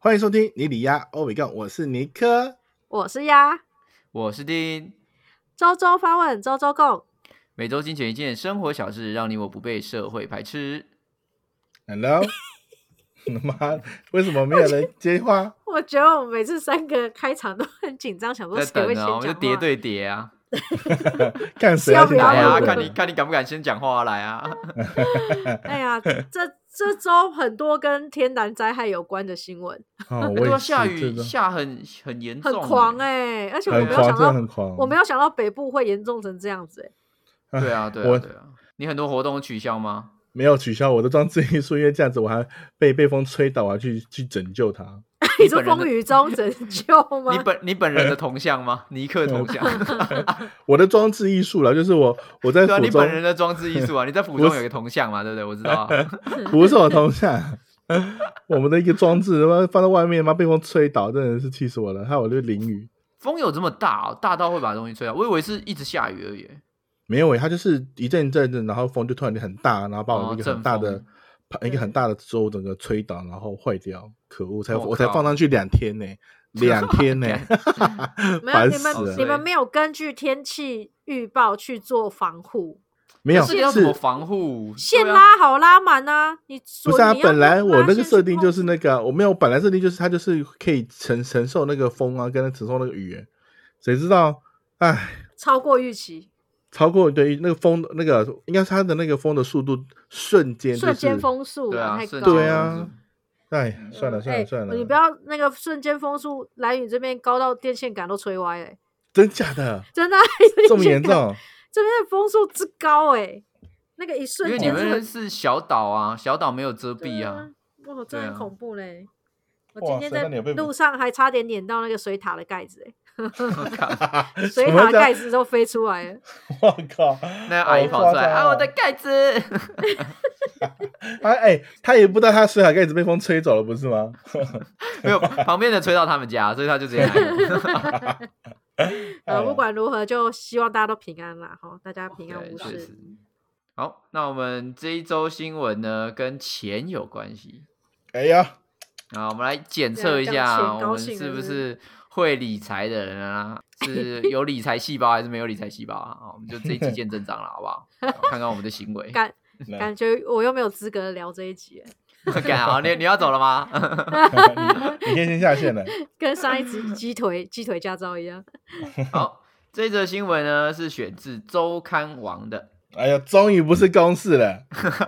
欢迎收听尼里鸭欧美杠，我是尼克， 我是鸭， 我是丁， 周周发问，周周共， 每周精选一件生活小事，让你我不被社会排斥。 Hello， 妈，为什么没有人接话？ 我觉得我们每次三个开场都很紧张，想说在谁会等啊，我们就先讲话？ 叠对叠啊， 看谁要先讲来啊， 要不要看你敢不敢先讲话来啊！ 哎呀，这周很多跟天然灾害有关的新闻， 哦， 很我也是多下雨这种下很严重， 很狂哎、而且我很狂， 没有想到真的很，狂。 我没有想到北部会严重成这样子哎、 对啊，对啊，对啊。你很多活动取消吗？ 没有取消我的装置艺术，因为这样子我还被风吹倒，我还去拯救它。 你说风雨中拯救吗？ 你本人的铜像吗？尼克铜像？ 我的装置艺术啦，就是我在对啊， 府中， 你本人的装置艺术啊，你在府中有个铜像嘛，对不对？我知道啊。 不是我铜像，我们的一个装置放在外面，被风吹倒，真的是气死我了，害我就淋雨。 风有这么大哦，大到会把东西吹倒？我以为是一直下雨而已。 没有它就是一阵一阵的，然后风就突然间很大，然后把我一个很大的、 阵一个很大的舟整个吹倒，然后坏掉，可恶！我靠才放上去2天呢，2天呢， 没有， 烦死了。 你们没有根据天气预报去做防护， 没有是要怎么防护？ 线拉好拉满啊！ 不是啊，本来我那个设定是就是那个，我没有本来设定就是它就是可以承受那个风啊，跟承受那个雨，谁知道？哎， 超过预期。 超过对那个风，那个应该是它的那个风的速度瞬间风速对啊， 太高了。 对啊，哎，算了， 你不要那个瞬间风速，兰屿这边高到电线杆都吹歪了。 真假的？ 真的这么严重？ 这边的风速之高那个一瞬间， 因为你们是小岛啊，小岛没有遮蔽啊。 哇，真的很恐怖嘞！我今天在路上还差点碾到那个水塔的盖子水塔盖子都飞出来了。 我靠！ 那阿姨跑出来啊，我的盖子！ 他也不知道他水塔盖子被风吹走了，不是吗？ 没有，旁边的吹到他们家，所以他就直接来。 不管如何，就希望大家都平安啦，大家平安无事。 好，那我们这一周新闻呢，跟钱有关系。 哎呀， 我们来检测一下，我们是不是会理财的人啊？是有理财细胞还是没有理财细胞啊？我们就这一集见真章了，好不好？看看我们的行为。 感觉我又没有资格聊这一集。 好，你要走了吗？ 你可以先下线了。 跟上一集鸡腿驾照一样。 好，这则新闻呢是选自周刊王的。 哎呀，终于不是公事了。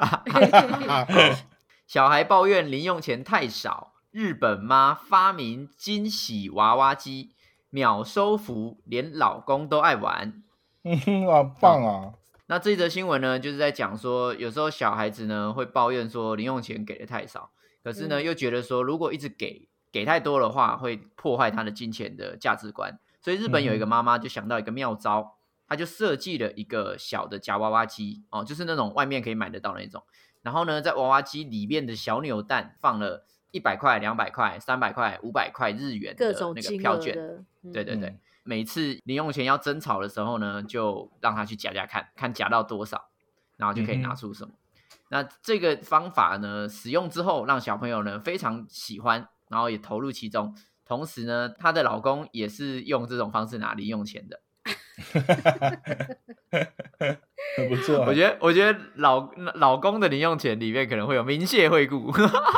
小孩抱怨零用钱太少，日本妈发明惊喜娃娃机，秒收服，连老公都爱玩。 好棒啊！ 那这则新闻呢，就是在讲说，有时候小孩子呢会抱怨说零用钱给的太少，可是呢又觉得说，如果一直给太多的话，会破坏他的金钱的价值观。所以日本有一个妈妈就想到一个妙招，她就设计了一个小的夹娃娃机就是那种外面可以买得到那种。然后呢，在娃娃机里面的小扭蛋放了100块、200块、300块、500块日元的那个票券。对对对。每次零用钱要争吵的时候呢，就让他去夹夹看夹到多少，然后就可以拿出什么。那这个方法呢，使用之后让小朋友呢非常喜欢，然后也投入其中。同时呢，她的老公也是用这种方式拿零用钱的。 很不错。 我觉得老公的零用钱里面可能会有明谢惠顾。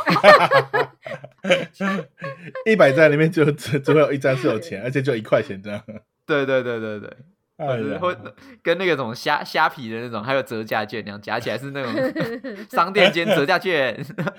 100张里面只会有1张是有钱，而且就1块钱这样。 对。会跟那个种虾皮的那种，还有折价券那样夹起来是那种商店间折价券。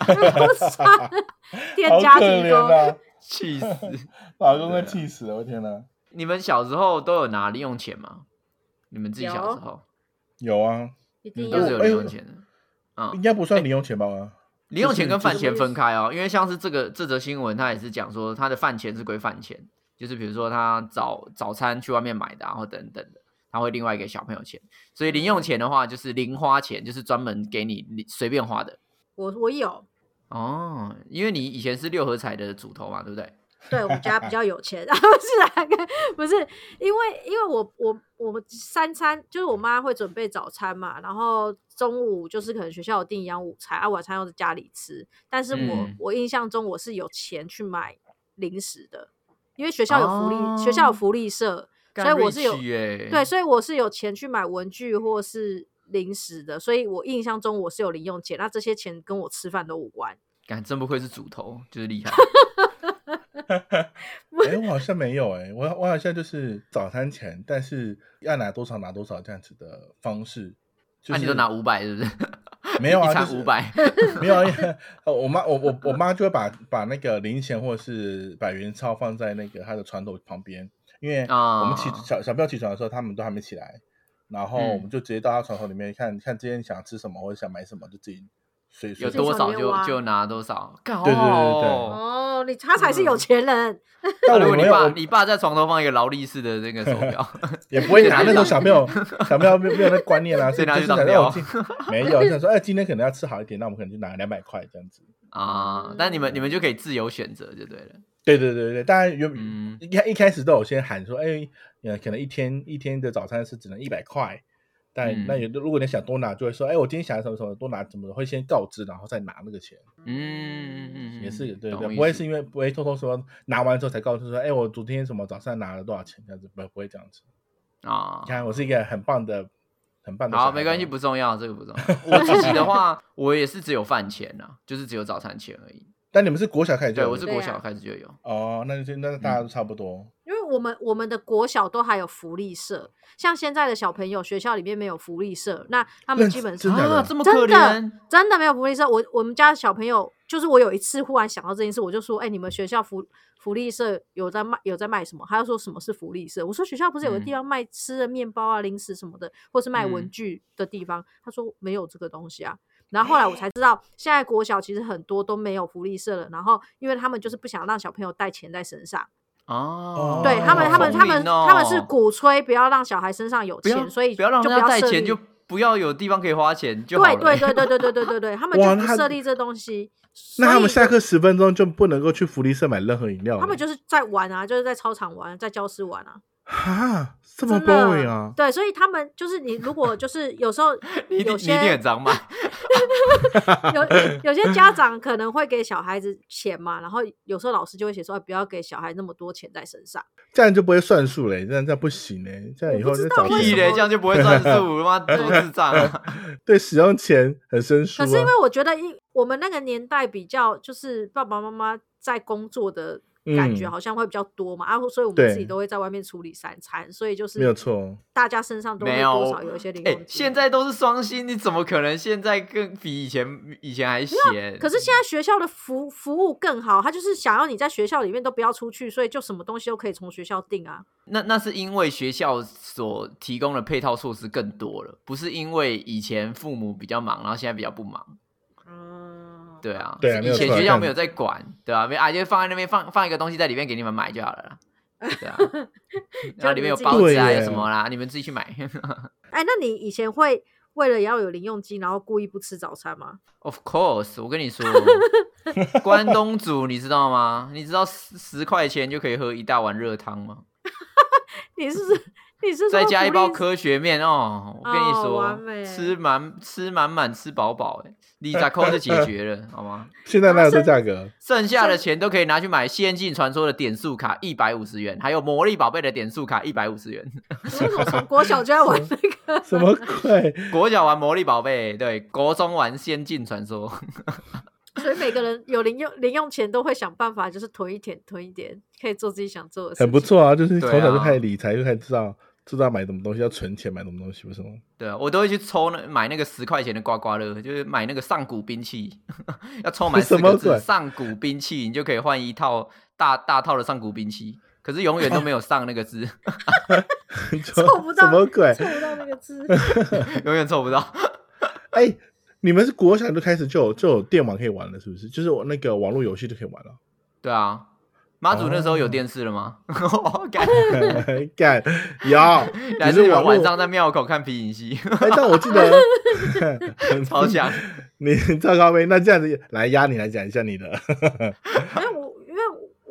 店家提供， 气死！ 老公会气死了，我天哪！ 你们小时候都有拿零用钱吗？你们自己小时候有啊， 一定都是有零用钱的。 应该不算零用钱吧？ 零用钱跟饭钱分开因为像是这则新闻，他也是讲说他的饭钱是归饭钱，就是比如说他早餐去外面买的，然后等等的，他会另外给小朋友钱。所以零用钱的话，就是零花钱，就是专门给你随便花的。 我有因为你以前是6合彩的主头嘛，对不对？ 对，我们家比较有钱，不是不是，因为我们3餐就是我妈会准备早餐嘛，然后中午就是可能学校有订营养午餐晚餐又在家里吃。但是我印象中我是有钱去买零食的，因为学校有福利，学校有福利社，所以我是有对，所以我是有钱去买文具或是零食的，所以我印象中我是有零用钱，那这些钱跟我吃饭都无关。 真不愧是主头，就是厉害。 我好像没有我好像就是早餐钱，但是要拿多少拿多少这样子的方式。 那你都拿500是不是？ 没有啊， 一餐500。 没有啊，我妈就会把那个零钱或者是100元钞放在那个她的床头旁边，因为我们小朋友起床的时候，他们都还没起来，然后我们就直接到她床头里面看今天想吃什么或者想买什么，就自己有多少就拿多少。 对哦， 他才是有钱人。 但如果你爸在床头放一个劳力士的那个手表， 也不会拿。那时候小朋友没有那观念啊， 所以拿去当标。没有，想说今天可能要吃好一点，那我们可能就拿200块这样子啊。但你们就可以自由选择就对了。 对，当然一开始都有先喊说，可能一天的早餐是只能100块。但那如果你想多拿，就会说，我今天想什么什么多拿，怎么会先告知，然后再拿那个钱。也是对，不会是因为不会偷偷说拿完之后才告诉说，我昨天什么早上拿了多少钱，这样子不会这样子啊。你看，我是一个很棒的。 好，没关系，不重要，这个不重要。我自己的话，我也是只有饭钱啊，就是只有早餐钱而已。 但你们是国小开始就有？ 对，我是国小开始就有。 哦，那大家都差不多。 因为我们的国小都还有福利社，像现在的小朋友学校里面没有福利社，那他们基本上这么可怜， 真的没有福利社。我们家的小朋友，就是我有一次忽然想到这件事，我就说，你们学校福利社有在卖什么？他就说什么是福利社？我说学校不是有个地方卖吃的面包啊、零食什么的，或是卖文具的地方？他说没有这个东西啊。然后后来我才知道，现在国小其实很多都没有福利社了。然后因为他们就是不想让小朋友带钱在身上。对，他们是鼓吹不要让小孩身上有钱，所以不要让人家带钱，就不要有地方可以花钱就好了。 对，他们就不设立这东西。 那他们下课10分钟就不能够去福利社买任何饮料？ 他们就是在玩啊，就是在操场玩，在教室玩啊。 哈，这么 boring 啊？ 对，所以他们就是你如果就是有时候有些你一定很常买。 有些家长可能会给小孩子钱嘛，然后有时候老师就会写说，不要给小孩那么多钱在身上， 这样就不会算数嘞，这样不行嘞，这样以后就找屁嘞，这样就不会算数，他妈多智障啊！ 对，使用钱很生疏。 可是因为我觉得我们那个年代比较就是爸爸妈妈在工作的感觉好像会比较多嘛，所以我们自己都会在外面处理3餐，所以就是没有错， 大家身上都会多少有一些零用金。 现在都是双薪，你怎么可能现在更比以前还闲？ 可是现在学校的服务更好，他就是想要你在学校里面都不要出去，所以就什么东西都可以从学校订啊。 那是因为学校所提供的配套措施更多了，不是因为以前父母比较忙，然后现在比较不忙。对啊，以前学校没有在管，对吧？就放在那边放一个东西在里面给你们买就好了啦。对啊，然后里面有包子啊，有什么啦，你们自己去买。 那你以前会为了要有零用金，然后故意不吃早餐吗 ？Of course， 我跟你说，关东煮你知道吗？你知道10块钱就可以喝1大碗热汤吗？ 你是再加一包科学面哦，我跟你说，吃满满吃饱饱，20块就解决了，好吗？ 现在哪有这价格？ 剩下的钱都可以拿去买《仙境传说》的点数卡150元，还有魔力宝贝的点数卡150元。 我从国小就在玩那个， 什么鬼？ 国小玩魔力宝贝，对，国中玩《仙境传说》。 所以每个人有零用钱都会想办法，就是囤一点，可以做自己想做的事情。 很不错啊，就是从小就开始理财，就开始知道买什么东西，要存钱买什么东西，不是吗？ 对啊，我都会去买那个10块钱的刮刮乐，就是买那个上古兵器，要凑满4个字上古兵器，你就可以换一套大套的上古兵器。可是永远都没有上那个字， 凑不到， 什么鬼？ 凑不到那个字， 永远凑不到。 你们是国小就开始就有电玩可以玩了，是不是？就是我那个网络游戏就可以玩了。 对啊，妈祖那时候有电视了吗？ 干有， 还是你们晚上在庙口看皮影戏？ 但我记得超强。 你赵高飞，那这样子来压你来讲一下你的。 因为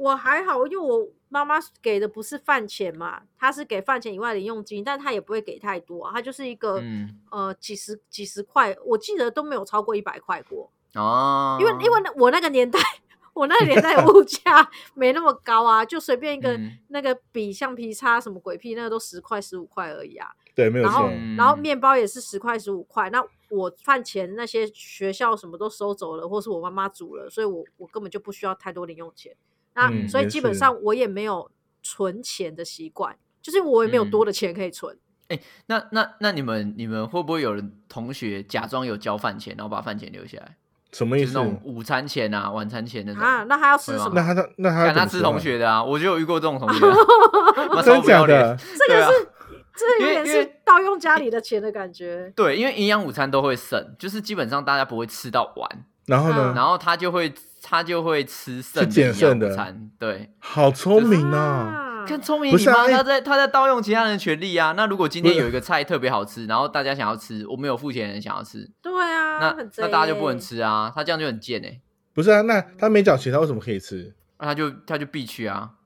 我还好，因为我妈妈给的不是饭钱嘛，她是给饭钱以外的零用金，但她也不会给太多啊，她就是一个、几十块，我记得都没有超过100块过哦。因为我那个年代。我那个年代物价没那么高啊，就随便一个那个笔、橡皮擦什么鬼屁，那个都10块15块而已啊。 对，没有错。 然后面包也是10块15块。那我饭钱那些学校什么都收走了，或是我妈妈煮了，所以我根本就不需要太多零用钱。那所以基本上我也没有存钱的习惯，就是我也没有多的钱可以存。 那你们会不会有人同学假装有交饭钱，然后把饭钱留下来？ 什么意思？ 就是那种午餐钱啊、晚餐钱那种啊？那他要吃什么？ 那他吃同学的啊？我就有遇过这种同学， 真假的？ 这有点是盗用家里的钱的感觉。 对，因为营养午餐都会剩，就是基本上大家不会吃到完。 然后呢？ 然后他就会吃剩的营养午餐。对， 好聪明啊！ 更聪明，你妈他在盗用其他人的权利啊！那如果今天有一个菜特别好吃，然后大家想要吃，我没有付钱的人想要吃， 对啊， 那大家就不能吃啊！他这样就很贱欸。 不是啊，那他没缴钱，他为什么可以吃？ 那他就必须啊！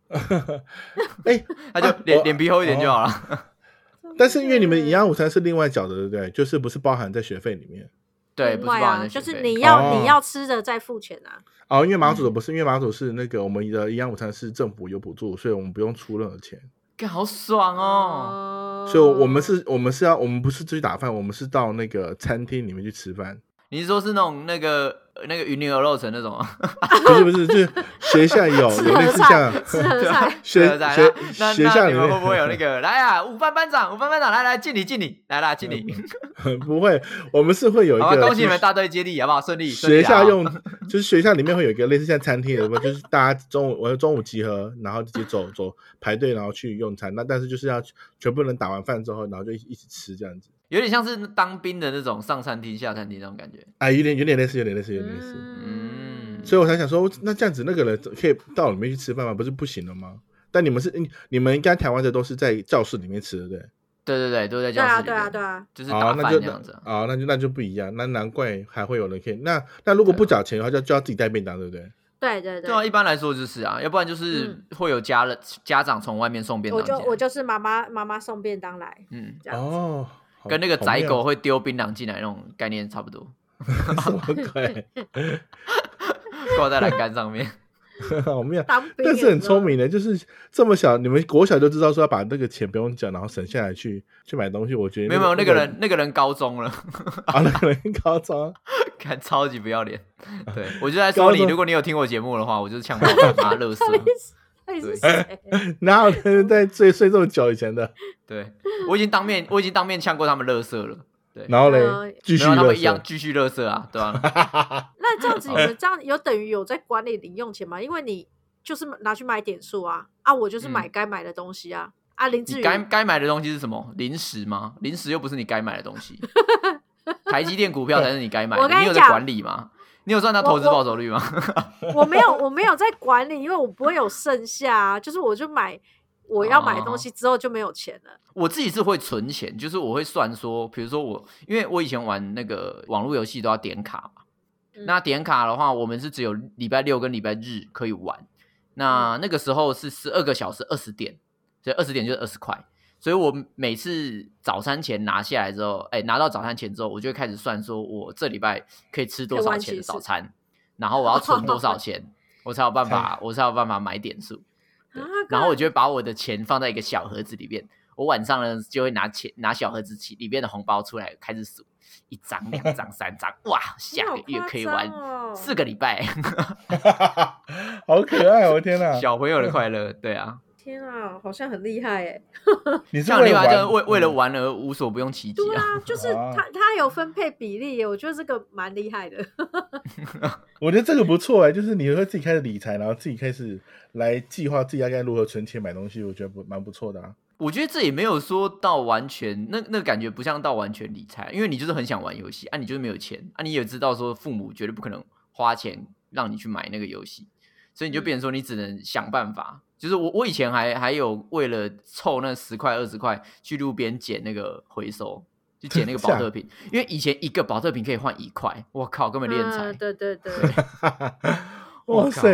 他就脸皮厚一点就好了。 但是因为你们营养午餐是另外缴的，对不对？就是不是包含在学费里面？ 对，不是包含在学费， 就是你要吃的再付钱啊。 哦，因为马祖的不是，因为马祖是那个我们的营养午餐是政府有补助，所以我们不用出任何钱。 好爽哦！ 所以我们不是去打饭，我们是到那个餐厅里面去吃饭。 你是说是那种那个云林鹅肉城那种啊？ 不是，就是学校有类似像吃合菜， 学校里面会不会有那个来啊？午饭班长来敬礼，来啦敬礼。 不会，我们是会有一个恭喜你们大队接力，好不好？顺利。 学校就是学校里面会有一个类似像餐厅的，就是大家中午集合，然后直接走排队，然后去用餐。那但是就是要全部人打完饭之后，然后就一起吃这样子。 有点像是当兵的那种上餐厅下餐厅那种感觉。 有点类似。所以我才想说，那这样子那个人可以到里面去吃饭吗？不是不行了吗？但你们应该台湾的都是在教室里面吃的，对？ 对，都在教室里面。 对啊， 就是打饭这样子。 那就不一样。那难怪还会有人可以。那如果不缴钱的话，就要自己带便当，对不对？ 对啊，一般来说就是啊，要不然就是会有家长从外面送便当。 我就是妈妈送便当来。 哦。 跟那个宰狗会丢槟榔进来那种概念差不多。 什么鬼？ 挂在栏杆上面。 好妙，但是很聪明的，就是这么小，你们国小就知道说要把那个钱不用缴，然后省下来去买东西。我觉得没有那个人高中了。 那个人高中， 看超级不要脸。对，我就在说你，如果你有听我节目的话，我就是呛爆他垃圾。 哪有人在睡这么久以前的？ 对，我已经当面呛过他们垃圾了。对， 然后嘞，继续垃圾， 他们一样继续垃圾啊，对吧？ 那这样子，你们这样有等于有在管理零用钱吗？因为你就是拿去买点数啊，我就是买该买的东西啊。林志宇， 你该买的东西是什么？零食吗？零食又不是你该买的东西。台积电股票才是你该买的。你有在管理吗？你有算他投资报酬率吗？ 我没有在管理，因为我不会有剩下啊，就是我就买我要买的东西之后就没有钱了。 我自己是会存钱，就是我会算说，比如说因为我以前玩那个网络游戏都要点卡嘛，那点卡的话，我们是只有礼拜六跟礼拜日可以玩，那个时候是12个小时20点，所以20点就是20块。所以我每次早餐钱拿下来之后，拿到早餐钱之后，我就会开始算说我这礼拜可以吃多少钱的早餐，然后我要存多少钱，我才有办法买点数。然后我就会把我的钱放在一个小盒子里面，我晚上呢就会拿小盒子里面的红包出来开始数，1张、2张、3张，哇，下个月可以玩4个礼拜， 好可爱，我天哪！ 小朋友的快乐，对啊。 天啊，好像很厉害耶！ 你是为了玩而无所不用其极啊！ 对啊，就是他有分配比例耶，我觉得这个蛮厉害的。 我觉得这个不错哎，就是你会自己开始理财，然后自己开始来计划自己该如何存钱买东西，我觉得蛮不错的啊。 我觉得这也没有说到完全那感觉不像到完全理财，因为你就是很想玩游戏你就是没有钱你也知道说父母绝对不可能花钱让你去买那个游戏，所以你就变成说你只能想办法。就是我以前还有为了凑那10块20块去路边捡那个回收，去捡那个保特瓶，因为以前一个保特瓶可以换1块，我靠，根本敛财。 对。 哇塞，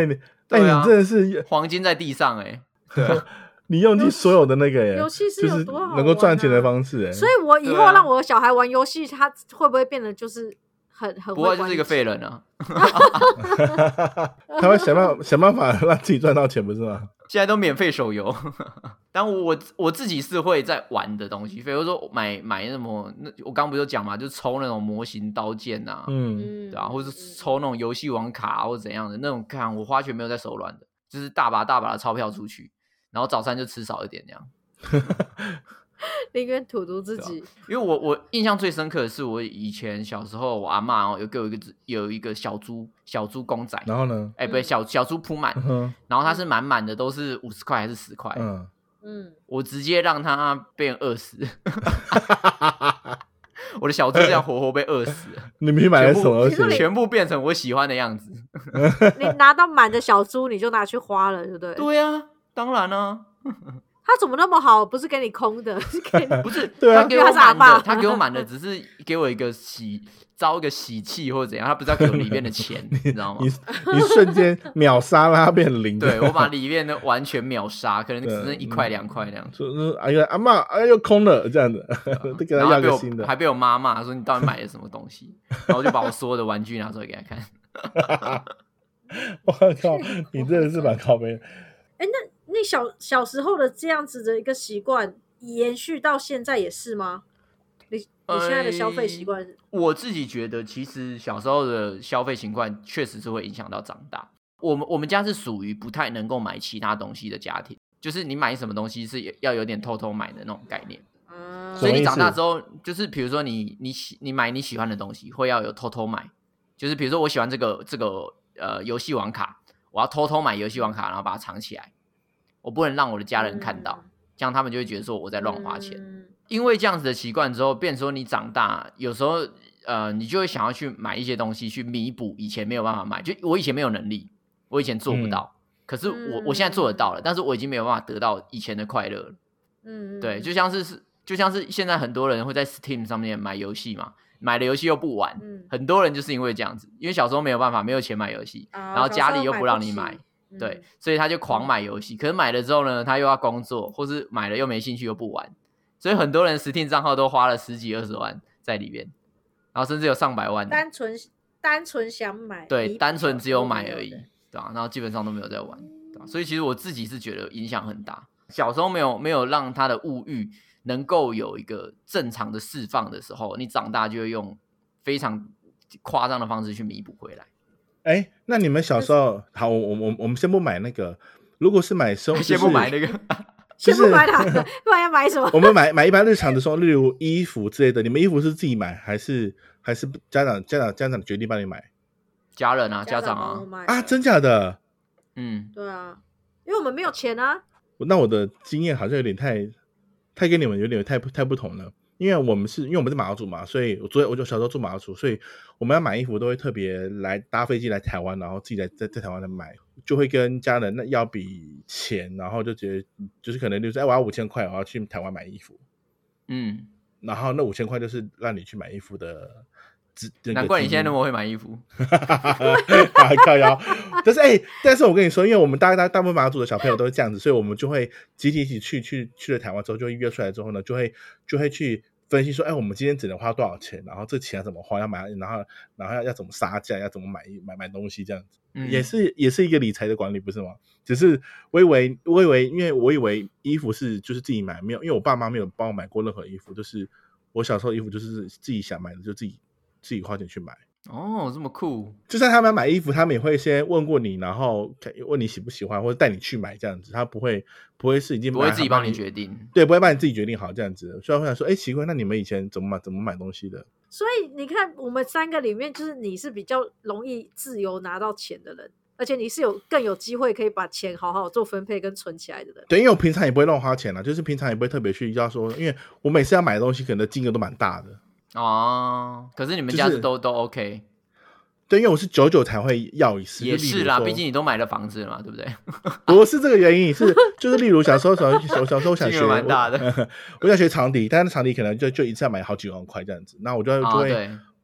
对啊， 你真的是黄金在地上对啊， 你用尽所有的那个游戏是有多好玩啊， 就是能够赚钱的方式所以我以后让我的小孩玩游戏，他会不会变得就是很不会就是一个废人啊？ 他会想办法让自己赚到钱，不是吗？ 现在都免费手游，但我自己是会在玩的东西，比如说买什么，我刚不是有讲嘛，就抽那种模型刀剑啊，对啊，或是抽那种游戏王卡或者怎样的那种，看我花钱没有在手软的，就是大把大把的钞票出去，然后早餐就吃少一点这样。 宁愿荼毒自己， 因为我印象最深刻的是，我以前小时候，我阿嬷有给我有一个小猪公仔， 然后呢， 不是小猪铺满，然后它是满满的都是50块还是10块，我直接让它变20，我的小猪这样活活被饿死了。 你没买了什么东西？ 全部变成我喜欢的样子。 你拿到满的小猪，你就拿去花了，对不对？ 对啊，当然啊。 他怎么那么好？不是给你空的，是给你不是对啊， 他给我满的，他给我满的只是给我一个招一个喜气或者怎样，他不是要给我里面的钱，你知道吗？ 你瞬间秒杀让它变0。 对，我把里面的完全秒杀，可能只剩1块2块那样。 说哎呀，阿嬷，哎又空了这样子，再给他要个新的， 还被我妈骂说你到底买了什么东西，然后我就把我所有的玩具拿出来给他看。 我靠，你真的是蛮靠背的。 那你小时候的这样子的一个习惯延续到现在也是吗？你现在的消费习惯是？ 我自己觉得，其实小时候的消费习惯确实是会影响到长大。我们家是属于不太能够买其他东西的家庭，就是你买什么东西是要有点偷偷买的那种概念。所以你长大之后，就是比如说你买你喜欢的东西，会要有偷偷买。就是比如说我喜欢这个游戏王卡，我要偷偷买游戏王卡，然后把它藏起来。我不能让我的家人看到，这样他们就会觉得说我在乱花钱。因为这样子的习惯之后，变成说你长大，有时候你就会想要去买一些东西去弥补以前没有办法买。就我以前没有能力，我以前做不到，可是我现在做得到了，但是我已经没有办法得到以前的快乐了。对，就像是现在很多人会在 Steam 上面买游戏嘛，买了游戏又不玩，很多人就是因为这样子，因为小时候没有办法，没有钱买游戏，然后家里又不让你买。对，所以他就狂买游戏，可是买了之后呢，他又要工作，或是买了又没兴趣又不玩，所以很多人 Steam 账号都花了10几20万在里面，然后甚至有上百万的。 单纯想买， 对，单纯只有买而已，对吧？然后基本上都没有在玩，对吧？所以其实我自己是觉得影响很大。小时候没有让他的物欲能够有一个正常的释放的时候，你长大就会用非常夸张的方式去弥补回来。 那你们小时候好，我们先不买那个，如果是买先不买那个， 先不买哪个，不然要买什么？ 我们买一般日常的时候，例如衣服之类的，你们衣服是自己买还是家长决定帮你买？ 家人啊，家长啊， 真假的？ 对啊，因为我们没有钱啊。 那我的经验好像有点太跟你们有点太不同了。因为我们是马祖嘛，所以我就小时候住马祖，所以我们要买衣服都会特别来搭飞机来台湾，然后自己在台湾来买，就会跟家人要笔钱，然后就觉得就是可能就是我要5000块，我要去台湾买衣服，然后那5000块就是让你去买衣服的。 难怪你现在那么会买衣服。 靠腰。但是我跟你说，因为我们大部分马祖的小朋友都是这样子，所以我们就会集体一起去了台湾之后，就会约出来之后呢，就会去分析说，我们今天只能花多少钱，然后这钱要怎么花，要买，然后要怎么杀价，要怎么买东西这样子。也是一个理财的管理，不是吗？只是我以为，因为我以为衣服是就是自己买，没有，因为我爸妈没有帮我买过任何衣服，就是我小时候衣服就是自己想买的就自己花钱去买。 这么酷。 就算他们买衣服，他们也会先问过你，然后问你喜不喜欢，或者带你去买这样子，他不会是已经不会自己帮你决定。 对，不会帮你自己决定好这样子。所以我想说，奇怪，那你们以前怎么买东西的？ 所以你看，我们3个里面，就是你是比较容易自由拿到钱的人，而且你是更有机会可以把钱好好做分配跟存起来的人。 对，因为我平常也不会乱花钱啦，就是平常也不会特别去要说，因为我每次要买的东西可能金额都蛮大的。可是你们家是都 OK。 对，因为我是久才会要一次。 也是啦，毕竟你都买了房子了嘛，对不对？ 不是这个原因，就是例如小时候我想学， 蛮大的。 我想学长笛，但是长笛可能就一次要买好几万块这样子，那我就会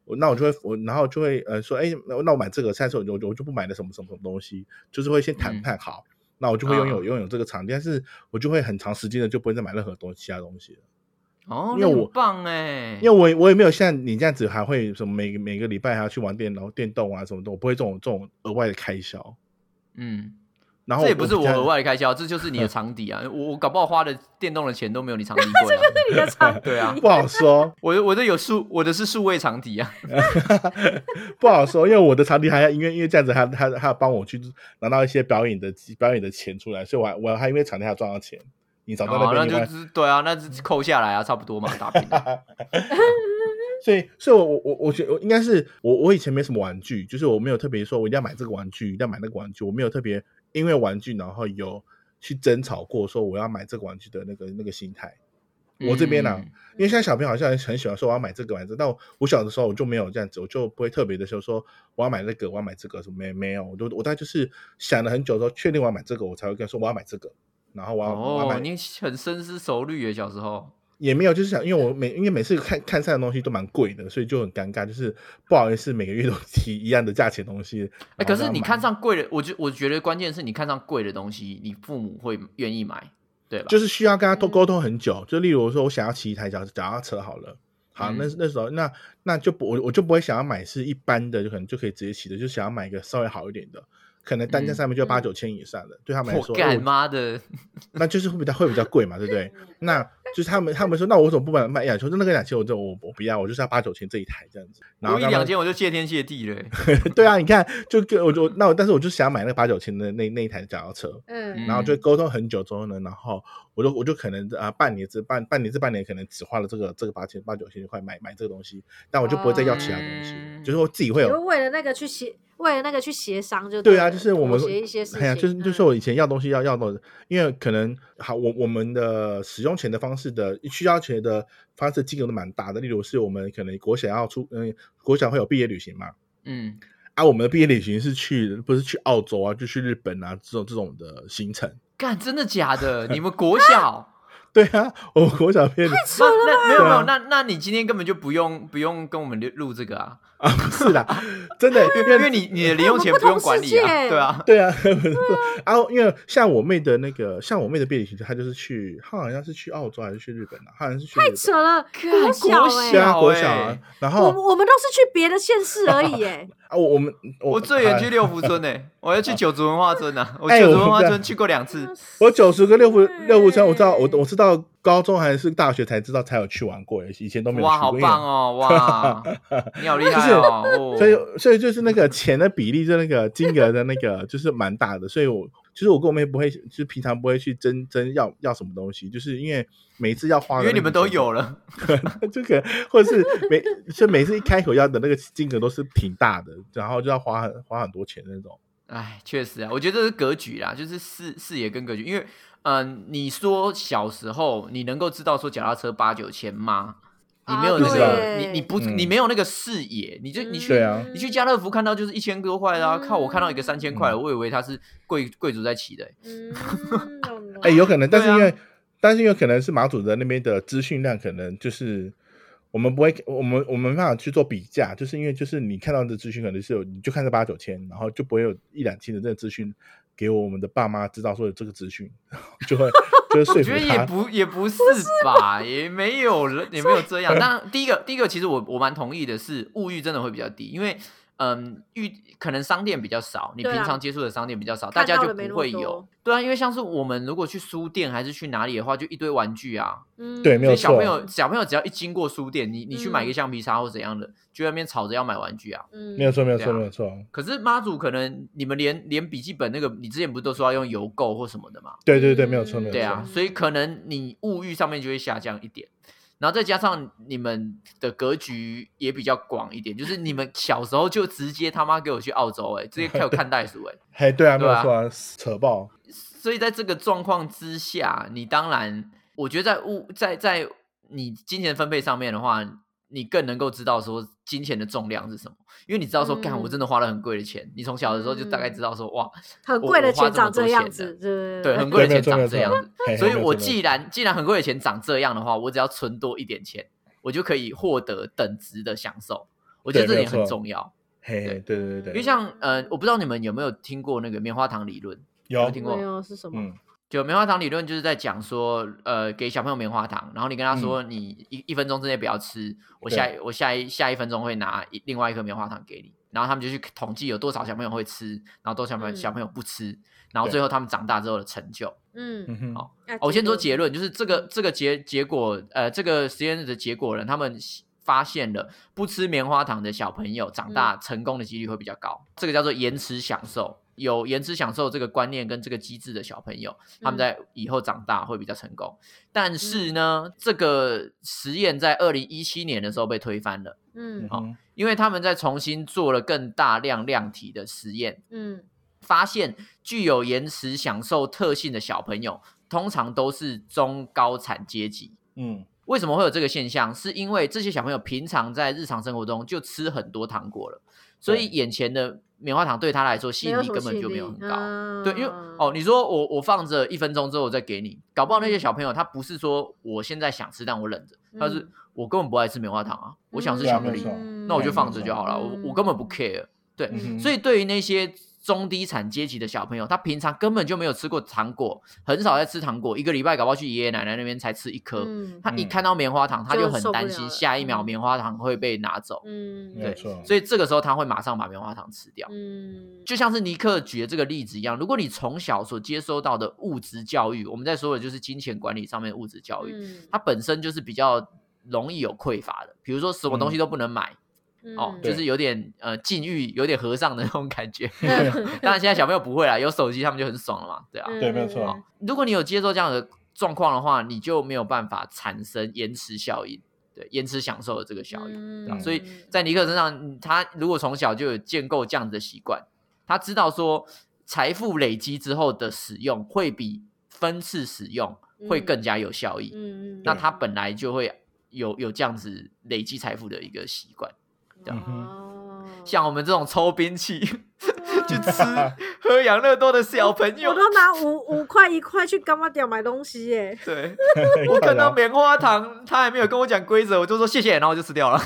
那我就会然后就会说，那我买这个，下次我就不买了什么什么东西，就是会先谈判好，那我就会拥有这个场地，但是我就会很长时间的就不会再买任何其他东西了。 因为我很棒哎， 因为我也没有像你这样子还会什么每个礼拜还要去玩电动啊什么的，我不会这种额外的开销。然后这也不是我额外的开销，这就是你的场底啊！我搞不好花的电动的钱都没有你场底贵啊。 这就是你的场底， 对啊， 不好说。 我的是数位场底啊， 不好说，因为我的场底还要因为这样子，他要帮我去拿到一些表演的钱出来，所以我还因为场地还要赚到钱。你找到那边那就是对啊，那是扣下来啊，差不多嘛，打平。 所以我觉得应该是我以前没什么玩具，就是我没有特别说我一定要买这个玩具，一定要买那个玩具，我没有特别因为玩具然后有去争吵过说我要买这个玩具的那个心态。我这边因为现在小朋友好像很喜欢说我要买这个玩具，但我小的时候我就没有这样子，我就不会特别的说我要买那个，我要买这个，没有，我大概就是想了很久之后确定我要买这个，我才会跟他说我要买这个。然后我要买， 你很深思熟虑耶，小时候也没有，就是想，因为每次看赛的东西都蛮贵的，所以就很尴尬，就是不好意思每个月都提一样的价钱的东西。 可是你看上贵的，我觉得关键是你看上贵的东西，你父母会愿意买，对吧？ 就是需要跟他沟通很久，就例如说我想要骑一台脚踏车好了，好，那时候那就我就不会想要买是一般的，就可能就可以直接骑的，就想要买一个稍微好一点的。可能单价上面就8、9千以上的，对他们来说， 我干妈的， 那就是会比较贵嘛，对不对？那就是他们说，那我怎么不买1、2千？说那个2千我不要，我就是要8、9千这一台这样子。然后 1、2千我就谢天谢地了。 对啊，你看，但是我就想要买那个8、9千的那一台脚踏车，然后就沟通很久之后呢，然后我就可能半年可能只花了这个8、9千块买这个东西，但我就不会再要其他东西，就是我自己会有为了那个去协商就对啊，就是我们协一些事情， 就是我以前要东西要的，因为可能好我们的使用钱的方式的需要钱的方式金额都蛮大的，例如是我们可能国小会有毕业旅行嘛，我们的毕业旅行不是去澳洲啊，就去日本啊这种的行程。 干，真的假的？你们国小？ 对啊，我国小毕业旅行， 没有，那你今天根本就不用跟我们录这个啊。 不是啦，真的，因为你的零用钱不用管理啊，对啊， 因为像我妹的毕业旅行，她就是她好像是去澳洲还是去日本啊，好像是去日本。 太扯了，国小啊，然后我们都是去别的县市而已耶。 我最远去六福村我要去九族文化村啊，我九族文化村去过2次。 我九族跟六福村，我知道高中还是大学才有去玩过，以前都没有去过。 哇，好棒哦！哇，你好厉害哦！ 所以就是那个钱的比例，就那个金额的那个就是蛮大的，所以我跟我妹不会，就是平常不会去争要什么东西，就是因为每次要花的， 因为你们都有了， 这个或者是每次一开口要的那个金额都是挺大的，然后就要花很多钱那种。 哎，确实啊，我觉得这是格局啦，就是视野跟格局，因为你说小时候你能够知道说脚踏车8、9千吗？你没有那个，你没有那个视野，你去家乐福看到就是1000多块啦，靠，我看到一个3000块，我以为他是贵族在骑的。 有可能，但是因为可能是马祖的那边的资讯量，可能就是我们不会，我们没办法去做比价，就是因为就是你看到的资讯可能是你就看这8、9千，然后就不会有1、2千的这个资讯给我们的爸妈知道说有这个资讯，就会说服他。 我觉得也不是吧，也没有这样。但第一个其实我蛮同意的是，物欲真的会比较低，因为可能商店比较少，你平常接触的商店比较少，大家就不会有。对啊，因为像是我们如果去书店还是去哪里的话，就一堆玩具啊。 对，没有错。 小朋友只要一经过书店，你去买一个橡皮擦或怎样的，就在那边吵着要买玩具啊。 没有错。 可是妈祖可能你们连笔记本那个，你之前不是都说要用邮购或什么的吗？ 对，没有错。 对啊，所以可能你物欲上面就会下降一点。然后再加上你们的格局也比较广一点，就是你们小时候就直接他妈给我去澳洲，直接开始看袋鼠， 对啊，没有错，扯爆。 所以在这个状况之下，你当然，我觉得在你金钱分配上面的话，你更能够知道说金钱的重量是什么，因为你知道说，干，我真的花了很贵的钱。你从小的时候就大概知道说，哇， 很贵的钱长这样子， 对，很贵的钱长这样子。所以我既然很贵的钱长这样的话，我只要存多一点钱，我就可以获得等值的享受。 我觉得这点很重要。 嘿，对， 因为像我不知道你们有没有听过那个棉花糖理论？ 有听过？ 没有，是什么？ 就棉花糖理论就是在讲说，给小朋友棉花糖，然后你跟他说，你一分钟之内不要吃，我下一分钟会拿另外一颗棉花糖给你，然后他们就去统计有多少小朋友会吃，然后多少小朋友不吃，然后最后他们长大之后的成就。我先说结论，就是这个结果，这个实验的结果人他们发现了不吃棉花糖的小朋友长大成功的几率会比较高，这个叫做延迟享受。有延迟享受这个观念跟这个机制的小朋友，他们在以后长大会比较成功。但是呢，这个实验在2017年的时候被推翻了。因为他们在重新做了更大量量体的实验，发现具有延迟享受特性的小朋友，通常都是中高产阶级。为什么会有这个现象？是因为这些小朋友平常在日常生活中就吃很多糖果了，所以眼前的棉花糖对他来说吸引力根本就没有很高。对，因为你说我放着1分钟之后我再给你，搞不好那些小朋友他不是说我现在想吃但我忍着，他是我根本不爱吃棉花糖啊，我想吃巧克力，那我就放着就好了，我根本不 care。对，所以对于那些中低产阶级的小朋友，他平常根本就没有吃过糖果，很少在吃糖果，一个礼拜搞不好去爷爷奶奶那边才吃1颗。他一看到棉花糖，他就很担心下一秒棉花糖会被拿走。对，所以这个时候他会马上把棉花糖吃掉。就像是尼克举的这个例子一样，如果你从小所接收到的物质教育，我们在说的就是金钱管理上面的物质教育，它本身就是比较容易有匮乏的，比如说什么东西都不能买。就是有点禁欲，有点和尚的那种感觉。当然现在小朋友不会啦，有手机他们就很爽了嘛，对啊， 对，没有错。 如果你有接受这样的状况的话，你就没有办法产生延迟效应，对，延迟享受的这个效应。对啊，所以在尼克身上，他如果从小就有建构这样的习惯，他知道说财富累积之后的使用会比分次使用会更加有效益。那他本来就会有这样子累积财富的一个习惯。像我们这种抽兵器去吃喝养乐多的小朋友， 我都拿5块1块去干妈店买东西耶。 对，我看到棉花糖，他还没有跟我讲规则，我就说谢谢，然后我就吃掉了。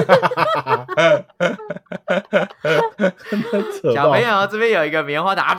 小朋友这边有一个棉花糖，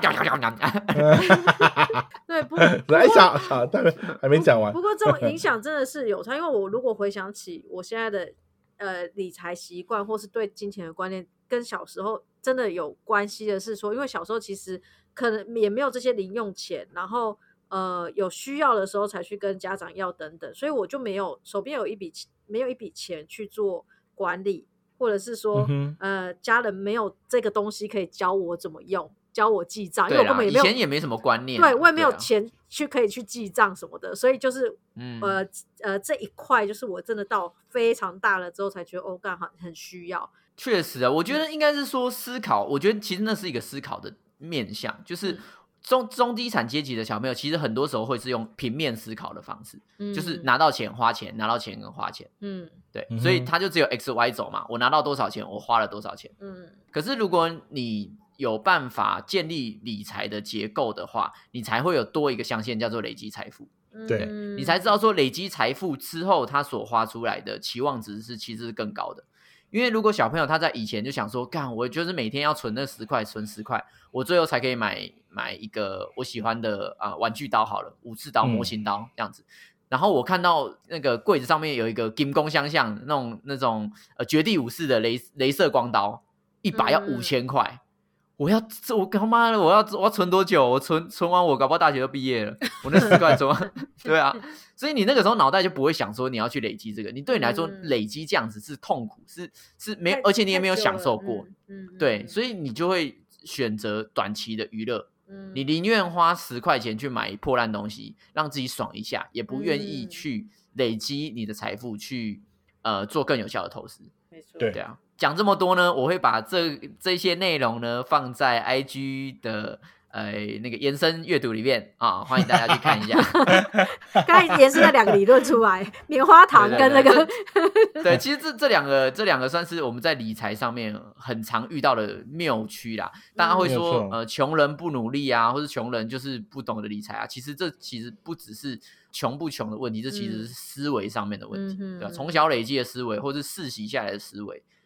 对，不来小还没讲完。 不过这种影响真的是有差，因为我如果回想起我现在的理财习惯或是对金钱的观念，跟小时候真的有关系的是说，因为小时候其实可能也没有这些零用钱，然后有需要的时候才去跟家长要等等，所以我就没有手边没有一笔钱去做管理，或者是说家人没有这个东西可以教我怎么用，教我记账，因为我根本也没有， 以前也没什么观念， 对，我也没有钱可以去记账什么的，所以就是这一块就是我真的到非常大了之后才觉得干很需要。 确实啊，我觉得应该是说思考，我觉得其实那是一个思考的面向，就是中低产阶级的小朋友其实很多时候会是用平面思考的方式，就是拿到钱花钱，拿到钱跟花钱，对，所以他就只有 XY 轴嘛，我拿到多少钱我花了多少钱。可是如果你有办法建立理财的结构的话，你才会有多一个象限叫做累积财富。对，你才知道说累积财富之后他所花出来的期望值其实是更高的。因为如果小朋友他在以前就想说干，我就是每天要存那10块，存10块，我最后才可以买一个我喜欢的玩具刀好了，武士刀模型刀这样子。然后我看到那个柜子上面有一个金光相向那种绝地武士的雷射光刀，一把要5000块。我他妈的我要存多久？我存完我搞不好大学都毕业了，我那10块存完对啊，所以你那个时候脑袋就不会想说你要去累积这个，你对你来说累积这样子是痛苦，是没，而且你也没有享受过，对，所以你就会选择短期的娱乐，你宁愿花10块钱去买破烂东西让自己爽一下，也不愿意去累积你的财富去做更有效的投资。对啊，讲这么多呢，我会把这些内容呢放在 IG 的那个延伸阅读里面啊，欢迎大家去看一下。 刚才延伸了2个理论出来，棉花糖跟那个对，其实这两个算是我们在理财上面很常遇到的谬区啦。大家会说穷人不努力啊，或是穷人就是不懂得理财啊。其实不只是穷不穷的问题，这其实是思维上面的问题，对吧？从小累积的思维，或是世袭下来的思维，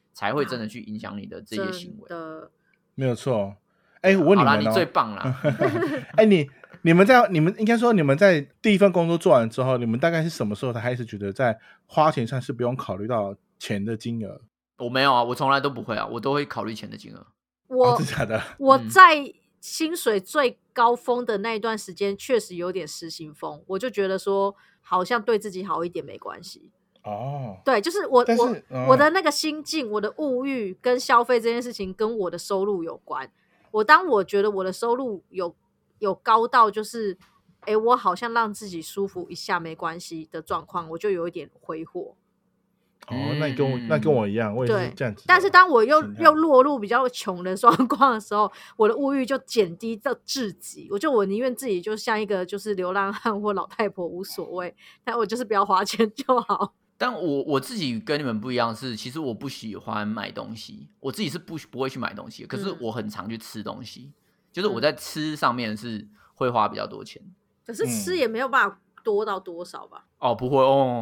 才会真的去影响你的这些行为。 没有错。我问你们好啦，你最棒啦。 你们应该说你们在第一份工作做完之后，你们大概是什么时候才开始觉得在花钱上是不用考虑到钱的金额？ 我没有啊，我从来都不会啊，我都会考虑钱的金额。 真的假的？ 我在薪水最高峰的那一段时间，确实有点失心疯，我就觉得说，好像对自己好一点没关系。对，就是我的那个心境，我的物欲跟消费这件事情跟我的收入有关。当我觉得我的收入有高到就是我好像让自己舒服一下没关系的状况，我就有一点挥霍。 那跟我一样，我也是这样子。 但是当我又落入比较穷的状况的时候，我的物欲就减低到至极。我宁愿自己就像一个就是流浪汉或老太婆无所谓，但我就是不要花钱就好。 但我自己跟你们不一样是，其实我不喜欢买东西，我自己是不会去买东西，可是我很常去吃东西，就是我在吃上面是会花比较多钱。 可是吃也没有办法多到多少吧？ 不会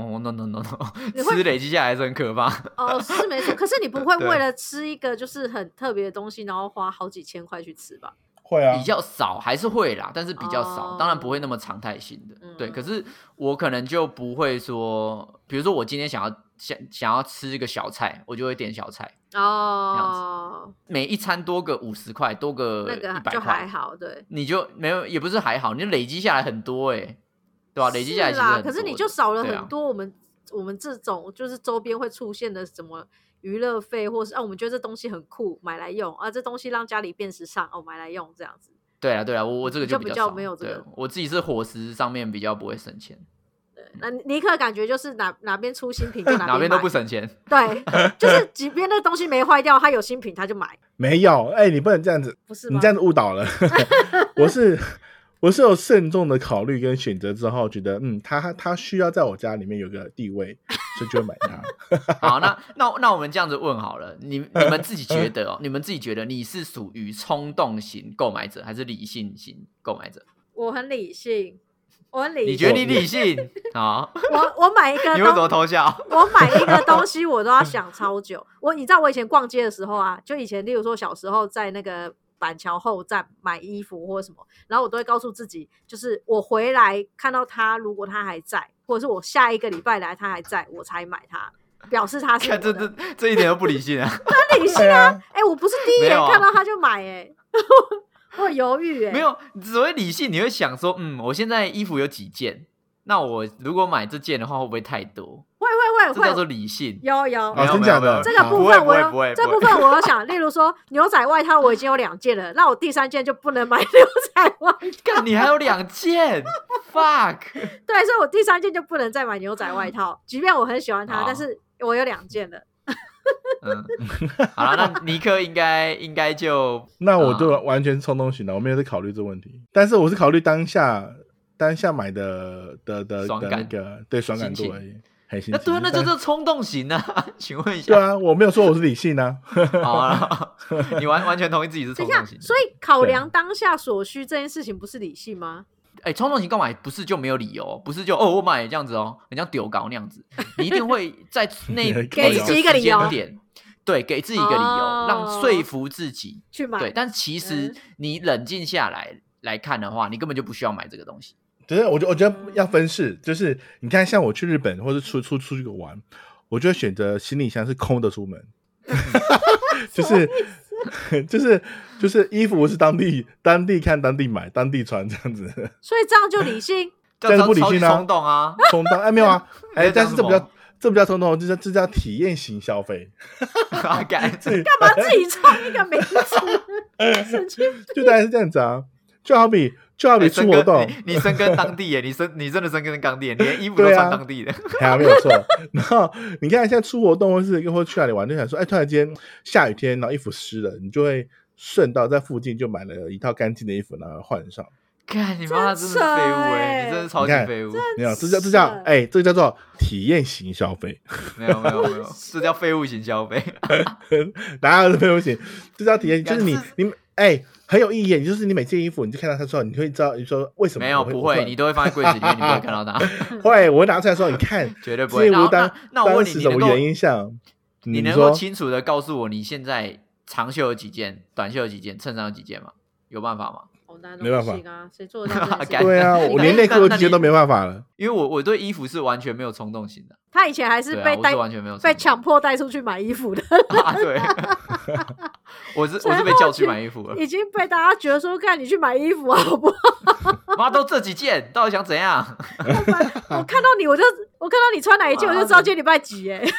no， 吃累积下来是很可怕。 是没错，可是你不会为了吃一个就是很特别的东西，然后花好几千块去吃吧？ 会啊， 比较少，还是会啦，但是比较少，当然不会那么常态性的。对，可是我可能就不会说，比如说我今天想要吃一个小菜，我就会点小菜这样子。每一餐多个50块，多个100块， 就还好。对， 你就没有，也不是还好，你就累积下来很多对吧？累积下来其实很多。 可是你就少了很多我们这种就是周边会出现的什么娱乐费，或是我们觉得这东西很酷，买来用这东西让家里变时尚买来用这样子。 对啊，我这个就比较没有这个。 我自己是伙食上面比较不会省钱。 对，那尼克感觉就是哪边出新品就哪边都不省钱。 对，就是即便那个东西没坏掉，他有新品他就买。 没有，你不能这样子， 不是吗？ 你这样子误导了。我是有慎重的考虑跟选择之后，觉得他需要在我家里面有个地位，所以就会买它。 好，那我们这样子问好了，你们自己觉得你们自己觉得你是属于冲动型购买者还是理性型购买者？ 我很理性。 你觉得你理性？好， 我买一个， 你为什么偷笑？ 我买一个东西我都要想超久。你知道我以前逛街的时候就以前例如说小时候在那个板桥后站买衣服或什么，然后我都会告诉自己，就是我回来看到它，如果它还在，或者是我下一个礼拜来它还在，我才买它，表示它是我的。 这一点都不理性啊！ 很理性啊！我不是第一眼看到它就买我很犹豫没有，所谓理性，你会想说，我现在衣服有几件，那我如果买这件的话，会不会太多？ 会， 这叫做理性。 有， 真假的？ 这个部分我有， 不会这部分我有想，例如说牛仔外套我已经有2件了，那我第3件就不能买牛仔外套。 你还有2件，fuck！ 对，所以我第3件就不能再买牛仔外套，即便我很喜欢它，但是我有2件了。 好了，那尼克应该就那我就完全冲动型了，我没有在考虑这个问题，但是我是考虑当下买的那个对爽感度而已。 那就是冲动型啊！请问一下， 对啊，我没有说我是理性啊。 好，你完全同意自己是冲动型， 所以考量当下所需这件事情不是理性吗？ 冲动型购买不是就没有理由，不是就我买这样子很像丢稿那样子，你一定会在给自己一个理由点，对，给自己一个理由，让说服自己去买。 对，但其实你冷静下来看的话，你根本就不需要买这个东西。 对，我觉得要分饰，就是你看，像我去日本或者出去玩，我就会选择行李箱是空的出门，就是衣服是当地看、当地买、当地穿这样子， 所以这样就理性， 这样不理性啊？ 冲动啊， 冲动没有啊？但是这比较冲动，这叫体验型消费。 干嘛自己创一个名字？神经病！ 就大概是这样子啊，就好比出活动， 你深耕当地耶，你真的深耕当地耶，你连衣服都穿当地的， 没有错。然后你看，现在出活动或去哪里玩，就想说，突然间下雨天，然后衣服湿了，你就会顺道在附近就买了一套干净的衣服，然后换上。 看你妈，真的是废物你真的超级废物。 没有，这叫做体验型消费。 没有，这叫废物型消费。 哪有废物型？这叫体验，就是你很有意义。就是你每件衣服，你就看到它之后，你会知道你说为什么？ 没有，不会，你都会放在柜子里面，你不会看到它。 会，我会拿出来说，你看， 绝对不会。 那我问你，什么原因上？ 你能够清楚的告诉我你现在长袖有几件，短袖有几件，衬衫有几件吗？有办法吗？ 没办法啊，谁做得到这件事？ 对啊，我连内裤有几件都没办法了。 因为我对衣服是完全没有冲动型的。 他以前还是被强迫带出去买衣服的。 对，我是被叫去买衣服了， 已经被大家觉得说，看你去买衣服好不好？ 妈都这几件，到底想怎样？ 我看到你穿哪一件，我就知道今天礼拜几哎。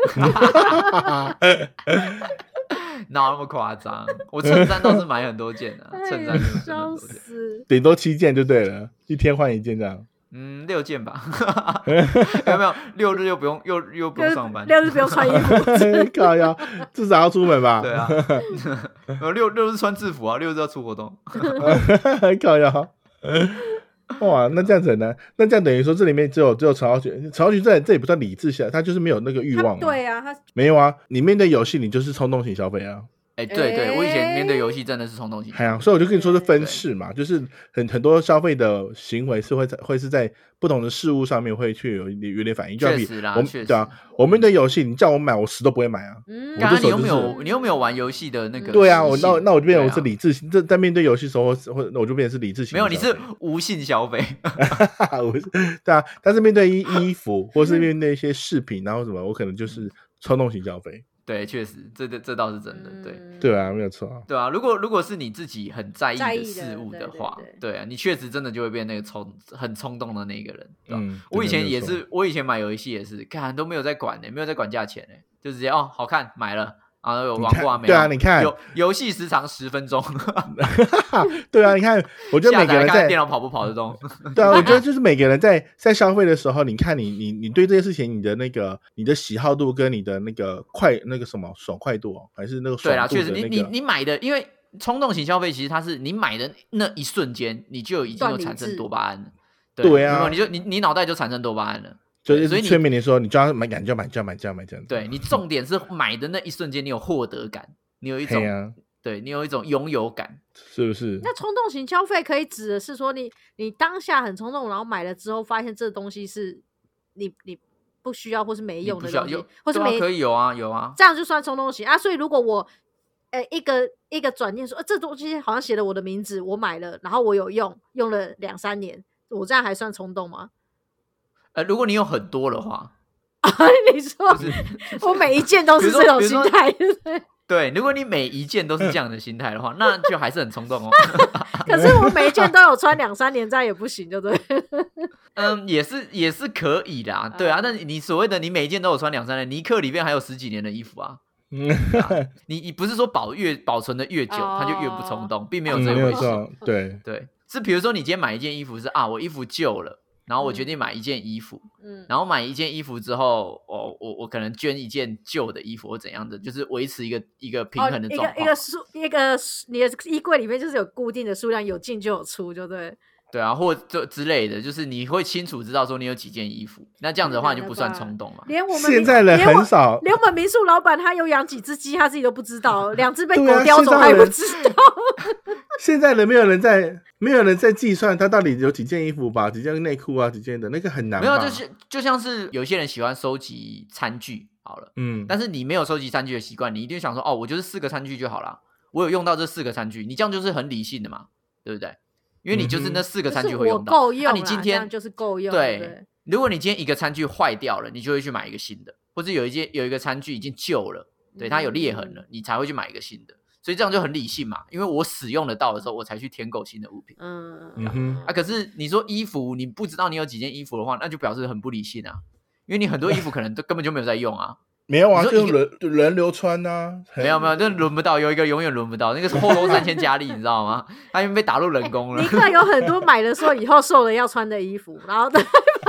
哪有那么夸张？我衬衫倒是买很多件的，衬衫笑死， 顶多7件就对了，一天换1件这样。 6件吧。有没有6日又不用又不用上班 ，6日不用穿衣服， 靠腰，至少要出门吧？ 对啊，6日穿制服啊，6日要出活动。 靠腰。哇，那这样子呢？那这样等于说，这里面只有曹豪群这也不算理智下，他就是没有那个欲望。 对啊，他没有啊。你面对游戏，你就是冲动型消费啊。 对，我以前面对游戏真的是冲动型消费。 所以我就跟你说是分式嘛，就是很多消费的行为是会是在不同的事物上面会去有点反应。 确实啦，确实。 对啊，我面对游戏，你叫我买，我死都不会买啊。 刚刚你有没有玩游戏的那个？ 对啊，那我就变成我是理智型。在面对游戏的时候，我就变成是理智型。 没有，你是无性消费。 对啊，但是面对衣服或是面对一些饰品，然后什么，我可能就是冲动型消费。 对，确实，这倒是真的， 对啊，没有错。 对啊，如果是你自己很在意的事物的话，对啊，你确实真的就会变那个很冲动的那个人。我以前也是，我以前买游戏也是，看都没有在管没有在管价钱就直接好看买了。然后有玩过没有？ 对啊，你看游戏时长10分钟。 对啊，你看，我觉得每个人在电脑跑不跑得动。 对啊，我觉得就是每个人在消费的时候，你看你对这件事情，你的喜好度跟你的那个爽快度还是那个爽度的那个。 对啦，确实，你买的，因为冲动型消费其实它是你买的那一瞬间，你就已经有产生多巴胺了。 对啊， 你脑袋就产生多巴胺了。 就是催眠你说，你就要买这样。 对，你重点是买的那一瞬间，你有获得感，你有一种对你有一种拥有感， 是不是？ 那冲动型消费可以指的是说，你当下很冲动，然后买了之后，发现这东西是你不需要或是没用的东西，或是可以有啊， 这样就算冲动型啊。所以如果我一个转念说，这东西好像写了我的名字，我买了，然后我有用了2-3年，我这样还算冲动吗？ 如果你有很多的话， 你说我每一件都是这种心态， 对，如果你每一件都是这样的心态的话，那就还是很冲动哦。 可是我每一件都有穿2-3年，这样也不行，对不对？ 也是可以的，对啊。但你所谓的你每一件都有穿2-3年，尼克里面还有10几年的衣服啊。你不是说保存的越久，它就越不冲动，并没有这回事。对，是比如说你今天买一件衣服是我衣服旧了。然后我决定买一件衣服，然后买一件衣服之后，我可能捐一件旧的衣服或怎样的，就是维持一个平衡的状况。 一个你的衣柜里面就是有固定的数量，有进就有出，就对。 对啊，或者之类的，就是你会清楚知道说你有几件衣服，那这样子的话就不算冲动嘛。 现在人很少， 连我们民宿老板他有养几只鸡，他自己都不知道，2只被狗叼走还不知道。 现在人没有人在计算他到底有几件衣服吧，几件内裤啊，几件的那个很难吧。 没有，就像是有些人喜欢收集餐具好了，但是你没有收集餐具的习惯，你一定想说我就是4个餐具就好了，我有用到这4个餐具，你这样就是很理性的嘛，对不对？因为你就是那4个餐具会用到， 够用你今天就是够用。 对，如果你今天一个餐具坏掉了，你就会去买一个新的，或者有一个餐具已经旧了，对，它有裂痕了，你才会去买一个新的。所以这样就很理性嘛，因为我使用得到的时候，我才去添购新的物品。可是你说衣服，你不知道你有几件衣服的话，那就表示很不理性啊，因为你很多衣服可能都根本就没有在用啊。 没有啊，就轮流穿啊。 没有，那轮不到，有一个永远轮不到，那个是后宫3000佳丽，你知道吗？他已经被打入冷宫了。 尼克有很多买了说以后瘦了要穿的衣服，然后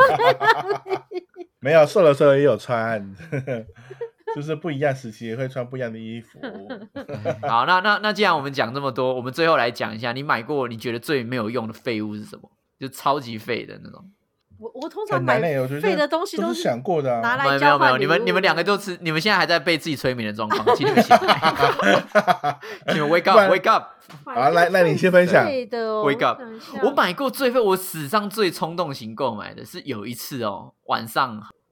没有瘦的时候也有穿。就是不一样时期也会穿不一样的衣服。 好，那既然我们讲这么多，我们最后来讲一下，你买过你觉得最没有用的废物是什么？就超级废的那种。 我通常买废的东西都是想过的啊。 拿来交换礼物。 没有，你们2个都吃，你们现在还在被自己催眠的状况，请你们醒来，请你们 wake up。 好，来你先分享。 wake up。我买过最废，我史上最冲动型购买的是有一次晚上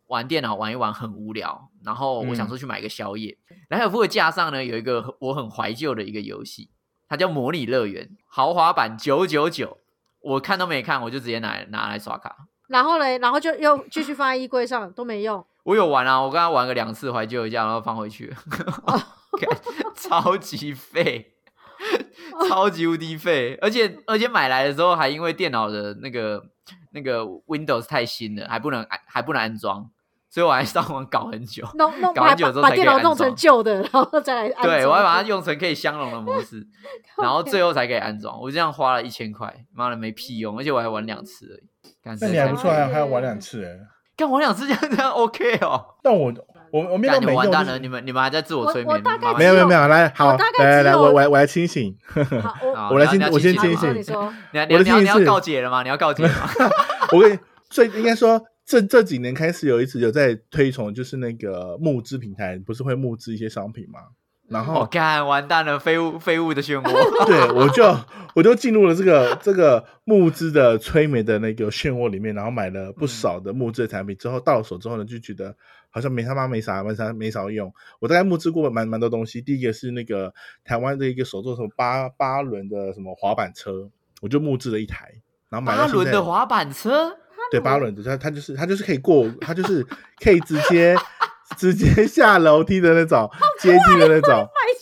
玩电脑玩一玩很无聊，然后我想说去买个宵夜。莱尔富的架上呢有一个我很怀旧的一个游戏，它叫模拟乐园豪华版999，我看都没看，我就直接拿来刷卡。 然后嘞，然后就又继续放在衣柜上都没用。 我有玩啊，我跟他玩个2次怀旧一下，然后放回去，超级废。超级无敌废，而且买来的时候还因为电脑的那个 Windows 太新了，还不能安装，所以我还上网搞很久，搞很久之后才可以安装， 把电脑弄成旧的，然后再来安装。 对，我还把它用成可以相容的模式，然后最后才可以安装。我这样花了1000块，妈的没屁用，而且我还玩2次而已。 那你还不错，还要玩2次哎。 干玩2次这样 OK 哦？ 但我没有没完蛋了，你们还在自我催眠？ 没有，来好，来，我来清醒，我先清醒。 你要告解了吗？你要告解了吗？ 我应该说这几年开始有在推崇，就是那个募资平台，不是会募资一些商品吗？然后干完蛋了，废物的漩涡。 对，我就进入了这个募资的催眠的那个漩涡里面，然后买了不少的募资的产品，之后到了手之后呢，就觉得好像没啥用。我大概募资过蛮多东西，第一个是那个台湾的一个手做什么八轮的什么滑板车，我就募资了1台，然后买了 8轮的滑板车。 对，8轮的，它就是可以过，它就是可以直接下楼梯的那种，阶梯的那种。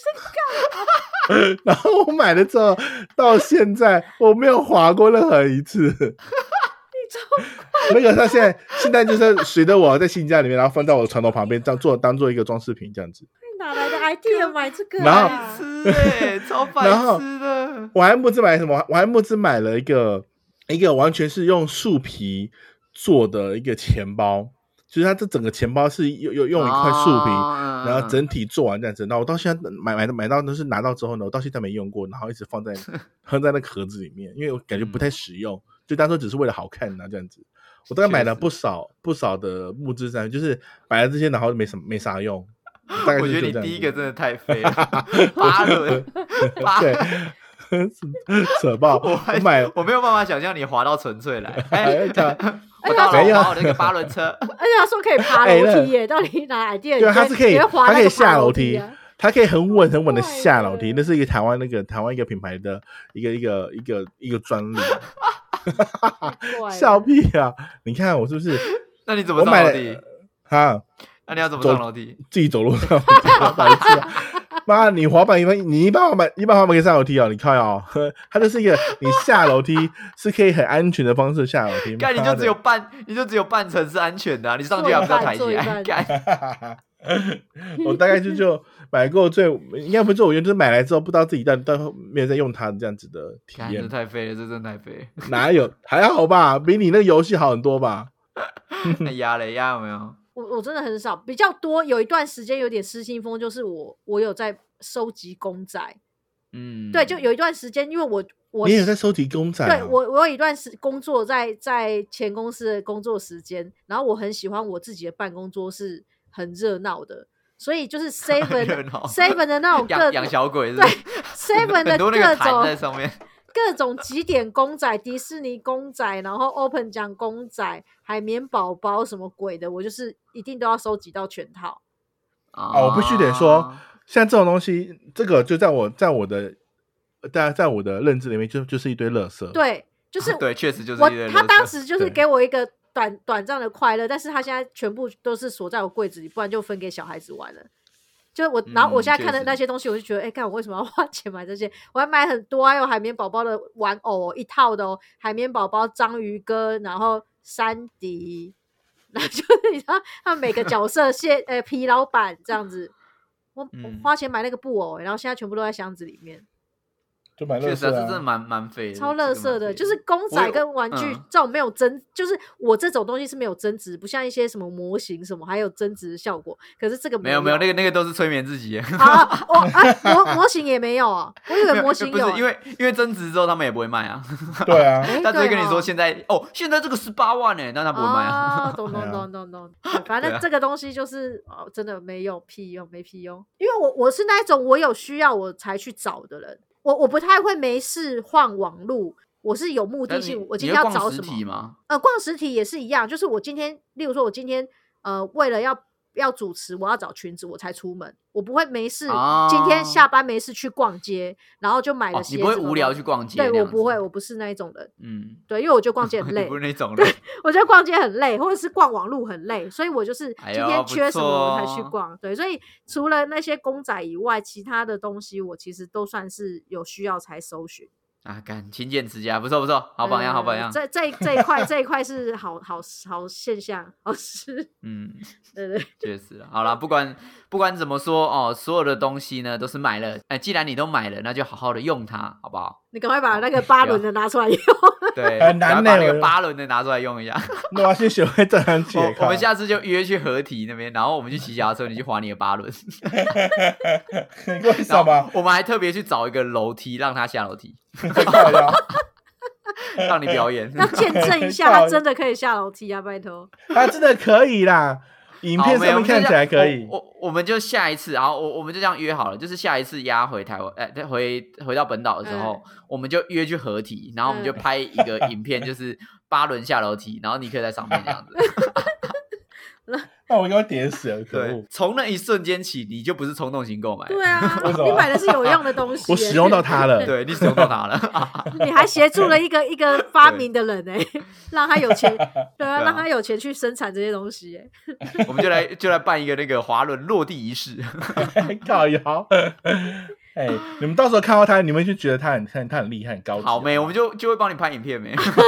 然后我买了之后，到现在我没有滑过任何一次。那个他现在就是随着我在新家里面，然后放在我的床头旁边，当做一个装饰品这样子。 哪来的 idea 买这个？ 然后超白痴的。 我还募资买什么？我还募资买了一个完全是用树皮做的一个钱包。就是它这整个钱包是用一块树皮，然后整体做完这样子。然后我到现在买到都是拿到之后呢，我到现在没用过，然后一直放在那个盒子里面，因为我感觉不太实用，就当初只是为了好看这样子。我大概买了不少的募资商品，就是买了这些，然后没啥用。大概我觉得你第一个真的太废了，8轮， 对。扯爆！ 我没有办法想象你滑到纯粹来。我到了，我滑我那个8轮车， 而且他说可以爬楼梯耶，到底哪 idea？ 对，它是可以下楼梯， 它可以很稳的下楼梯。那是一个台湾一个品牌的一个专利。笑屁啊！你看我是不是？ 那你怎么上楼梯？那你要怎么上楼梯？ 自己走路上。妈，你滑板你一般滑板可以上楼梯哦，你靠哦，它就是一个你下楼梯是可以很安全的方式下楼梯。 干你就只有半程是安全的啊，你上去还不要抬起来。干， 我大概就买过应该不是我用，就是买来之后不知道自己到没有在用它这样子的体验。 这太废了，这真的太废。 哪有？还好吧，比你那个游戏好很多吧？ 那压有没有？ 我真的很少，比较多。有一段时间有点失心疯，就是我有在收集公仔。对，就有一段时间，因为我你也在收集公仔。 对，我有一段工作在前公司的工作时间，然后我很喜欢我自己的办公桌是很热闹的，所以就是 seven 的那种养小鬼是， 对 seven 的很多那个弹在上面。 各种几点公仔，迪士尼公仔，然后 Open 奖公仔，海绵宝宝什么鬼的，我就是一定都要收集到全套。 我必须得说，像这种东西，这个就在我的认知里面就是一堆垃圾。 对，就是对，确实就是一堆垃圾。 他当时就是给我一个短暂的快乐，但是他现在全部都是锁在我柜子里，不然就分给小孩子玩了。就是然后我现在看的那些东西，我就觉得，看我为什么要花钱买这些？我还买很多，还有海绵宝宝的玩偶一套的哦，海绵宝宝、章鱼哥，然后山迪，然后就是你知道他们每个角色皮老板这样子，我花钱买那个布偶，然后现在全部都在箱子里面。 就蛮垃圾， 确实是真的蛮废的， 超垃圾的。就是公仔跟玩具这种没有就是我这种东西是没有增值，不像一些什么模型什么还有增值的效果。可是这个没有，那个都是催眠自己。 模型也没有啊，我以为模型有， 不是因为增值之后他们也不会卖啊。 对啊， 他只会跟你说现在这个18万但他不会卖啊。 懂。反正这个东西就是真的没有屁用，没屁用。因为我是那一种我有需要我才去找的人。我不太会没事晃网路，我是有目的性。我今天要找什么？ 逛实体吗？ 逛实体也是一样，就是我今天，例如说我今天为了要主持，我要找裙子我才出门，我不会没事，今天下班没事去逛街，然后就买了鞋子。 你不会无聊去逛街？ 对，我不会，我不是那一种人。对，因为我觉得逛街很累。 你不是那种人。 对，我觉得逛街很累，或者是逛网路很累，所以我就是今天缺什么我才去逛。对，所以除了那些公仔以外，其他的东西我其实都算是有需要才搜寻。 干勤俭持家，不错不错，好榜样好榜样。 这一块是好现象，好事。对， 确实好啦，不管怎么说所有的东西呢都是买了，既然你都买了，那就好好的用它，好不好？ 你赶快把那个8轮的拿出来用。 对， 很难把那个8轮的拿出来用一下。 那我要先学会正常解我们下次就约去合体那边，然后我们去骑脚踏车，你去滑你的8轮。 为什么？ 我们还特别去找一个楼梯让他下楼梯。让你表演， 要见证一下他真的可以下楼梯啊！拜托， 他真的可以啦，影片上面看起来可以。 我们就下一次，然后我们就这样约好了，就是下一次压回台湾，回到本岛的时候，我们就约去合体，然后我们就拍一个影片，就是8轮下楼梯，然后尼克在上面这样子。 那我应该点死了，可恶！ 从那一瞬间起，你就不是冲动型购买。 对啊，你买的是有用的东西， 我使用到它了。 对，你使用到它了。 你还协助了一个发明的人让他有钱，对啊，让他有钱去生产这些东西我们就来办一个那个滑轮落地仪式。 靠腰。你们到时候看到他，你们就觉得他很厉害，很高级。 好没，我们就会帮你拍影片没。 到时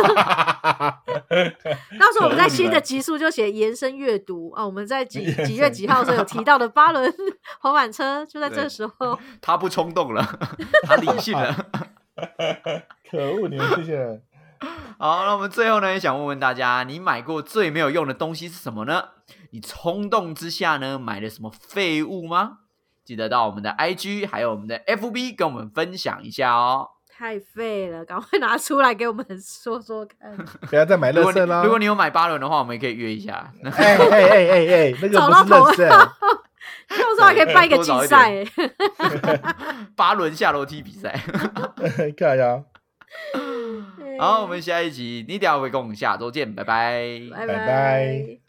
候我们在新的集数就写延伸阅读我们在几月几号的时候有提到的8轮滑板车，就在这时候。 他不冲动了，他理性了。 可恶，你们这些人。 好，那我们最后呢，也想问问大家，你买过最没有用的东西是什么呢？你冲动之下呢，买了什么废物吗？记得到我们的 IG 还有我们的 FB 跟我们分享一下哦。 太废了，赶快拿出来给我们说说看。 不要再买垃圾了。 如果你有买8轮的话，我们也可以约一下。 那个不是垃圾。 到时候还可以办一个竞赛。 8轮下楼梯比赛。 看呀。 好，我们下一集你等下回共，下周见，拜拜， 拜拜。